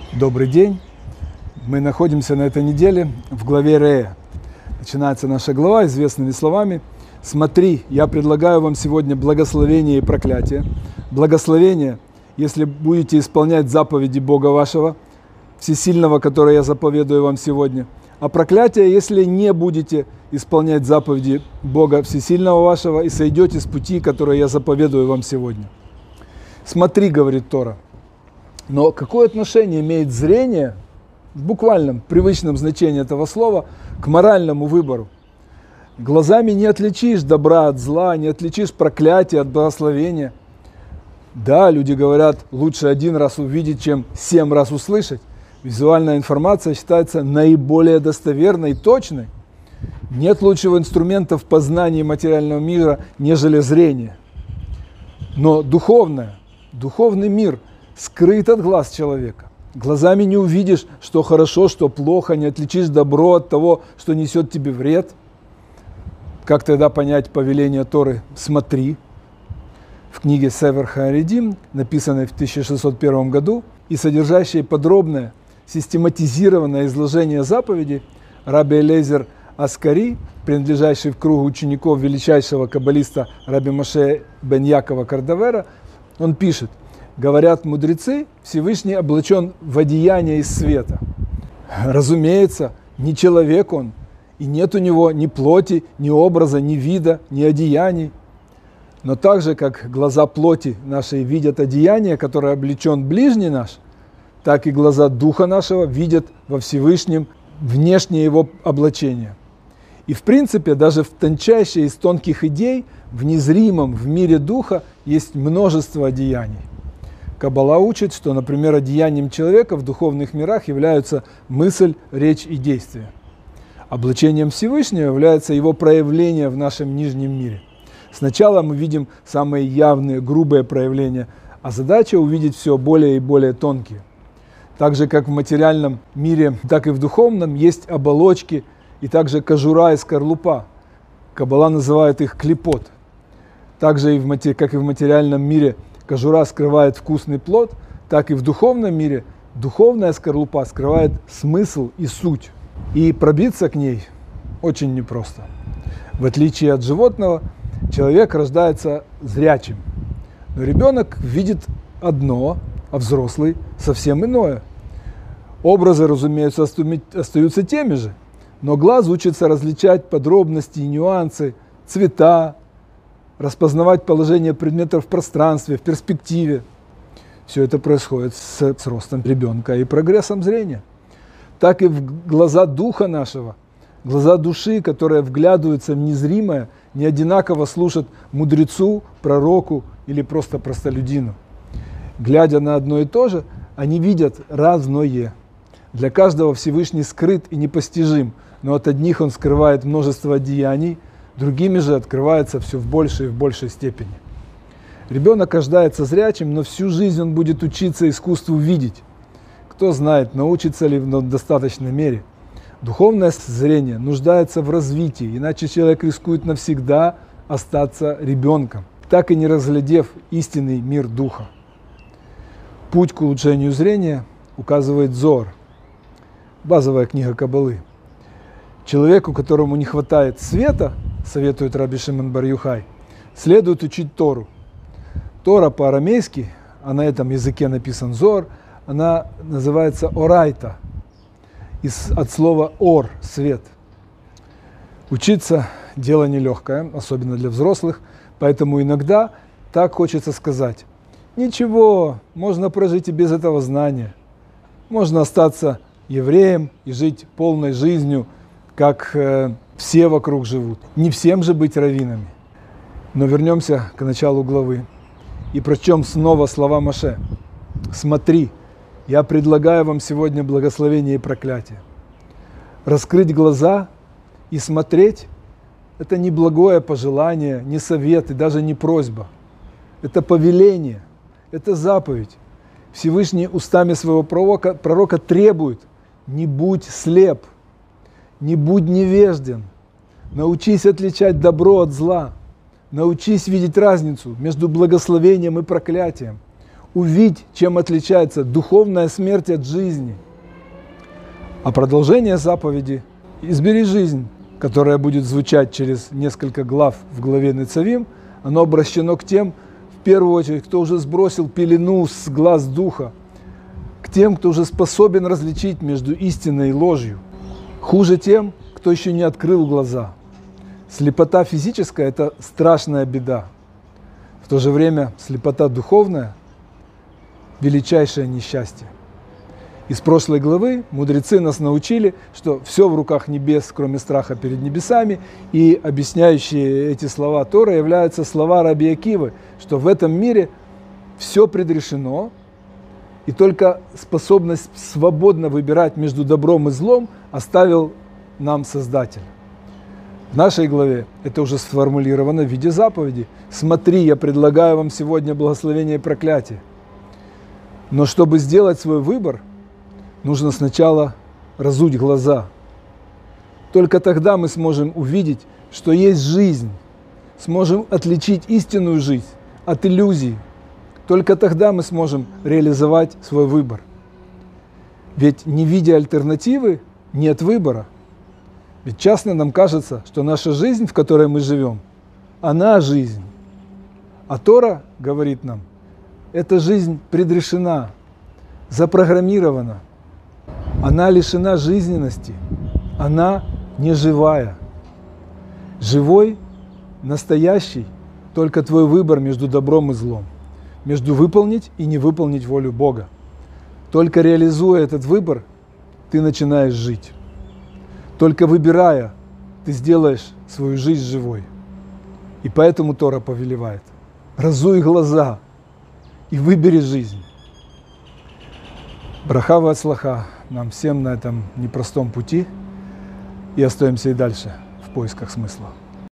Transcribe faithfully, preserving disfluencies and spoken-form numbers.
Добрый день! Мы находимся на этой неделе в главе Рея. Начинается наша глава известными словами: «Смотри, я предлагаю вам сегодня благословение и проклятие. Благословение, если будете исполнять заповеди Бога вашего, Всесильного, которое я заповедую вам сегодня. А проклятие, если не будете исполнять заповеди Бога Всесильного вашего и сойдете с пути, который я заповедую вам сегодня». Смотри, говорит Тора. Но какое отношение имеет зрение, в буквальном, привычном значении этого слова, к моральному выбору? Глазами не отличишь добра от зла, не отличишь проклятия от благословения. Да, люди говорят, лучше один раз увидеть, чем семь раз услышать. Визуальная информация считается наиболее достоверной и точной. Нет лучшего инструмента в познании материального мира, нежели зрение. Но духовное, духовный мир скрыт от глаз человека. Глазами не увидишь, что хорошо, что плохо, не отличишь добро от того, что несет тебе вред. Как тогда понять повеление Торы «Смотри»? В книге Сефер Харедим, написанной в тысяча шестьсот первом году и содержащей подробное, систематизированное изложение заповедей, Раби Элиэзер Аскари, принадлежащий в круг учеников величайшего каббалиста Раби Моше бен Якова Кардавера, он пишет: говорят мудрецы, Всевышний облачен в одеяние из света. Разумеется, не человек он, и нет у него ни плоти, ни образа, ни вида, ни одеяний. Но так же, как глаза плоти нашей видят одеяние, которое облечен ближний наш, так и глаза духа нашего видят во Всевышнем внешнее его облачение. И в принципе, даже в тончайшей из тонких идей, в незримом, в мире духа есть множество одеяний. Каббала учит, что, например, одеянием человека в духовных мирах являются мысль, речь и действие. Облачением Всевышнего является его проявление в нашем нижнем мире. Сначала мы видим самые явные, грубые проявления, а задача увидеть все более и более тонкие. Так же, как в материальном мире, так и в духовном есть оболочки, и также кожура и скорлупа. Каббала называет их клипот. Также, и в, как и в материальном мире, кожура скрывает вкусный плод, так и в духовном мире духовная скорлупа скрывает смысл и суть. И пробиться к ней очень непросто. В отличие от животного, человек рождается зрячим. Но ребенок видит одно, а взрослый совсем иное. Образы, разумеется, остаются теми же, но глаз учится различать подробности и нюансы, цвета, распознавать положение предметов в пространстве, в перспективе. Все это происходит с, с ростом ребенка и прогрессом зрения. Так и в глаза духа нашего, глаза души, которые вглядываются в незримое, не одинаково служат мудрецу, пророку или просто простолюдину. Глядя на одно и то же, они видят разное. Для каждого Всевышний скрыт и непостижим, но от одних он скрывает множество деяний, другими же открывается все в большей и в большей степени. Ребенок рождается зрячим, но всю жизнь он будет учиться искусству видеть. Кто знает, научится ли в достаточной мере. Духовное зрение нуждается в развитии, иначе человек рискует навсегда остаться ребенком, так и не разглядев истинный мир духа. Путь к улучшению зрения указывает Зоар, базовая книга Каббалы. Человеку, которому не хватает света, советует Раби Шимон бар Йохай, следует учить Тору. Тора по-арамейски, а на этом языке написан Зоар, она называется орайта, из, от слова ор, свет. Учиться – дело нелегкое, особенно для взрослых, поэтому иногда так хочется сказать: ничего, можно прожить и без этого знания. Можно остаться евреем и жить полной жизнью, как э, все вокруг живут. Не всем же быть раввинами. Но вернемся к началу главы и прочтем снова слова Моше. «Смотри, я предлагаю вам сегодня благословение и проклятие». Раскрыть глаза и смотреть – это не благое пожелание, не совет и даже не просьба. Это повеление, это заповедь. Всевышний устами своего пророка, пророка требует: не будь слеп, не будь невежден, научись отличать добро от зла, научись видеть разницу между благословением и проклятием. увидь, чем отличается духовная смерть от жизни. А продолжение заповеди «Избери жизнь», которая будет звучать через несколько глав в главе Ницавим, оно обращено к тем, в первую очередь, кто уже сбросил пелену с глаз духа, к тем, кто уже способен различить между истиной и ложью. Хуже тем, кто еще не открыл глаза. Слепота физическая – это страшная беда. В то же время слепота духовная – величайшее несчастье. Из прошлой главы мудрецы нас научили, что все в руках небес, кроме страха перед небесами, и объясняющие эти слова Торы являются слова Раби Акивы, что в этом мире все предрешено, и только способность свободно выбирать между добром и злом оставил нам Создатель. В нашей главе это уже сформулировано в виде заповеди. «Смотри, я предлагаю вам сегодня благословение и проклятие». Но чтобы сделать свой выбор, нужно сначала разуть глаза. Только тогда мы сможем увидеть, что есть жизнь, сможем отличить истинную жизнь от иллюзий. Только тогда мы сможем реализовать свой выбор. Ведь не видя альтернативы, нет выбора. Ведь часто нам кажется, что наша жизнь, в которой мы живем, она жизнь. А Тора говорит нам, эта жизнь предрешена, запрограммирована. Она лишена жизненности, она не живая. Живой, настоящий, только твой выбор между добром и злом, между выполнить и не выполнить волю Бога. Только реализуя этот выбор, ты начинаешь жить. Только выбирая, ты сделаешь свою жизнь живой. И поэтому Тора повелевает: разуй глаза и выбери жизнь. Браха ва ацлаха нам всем на этом непростом пути, и остаемся и дальше в поисках смысла.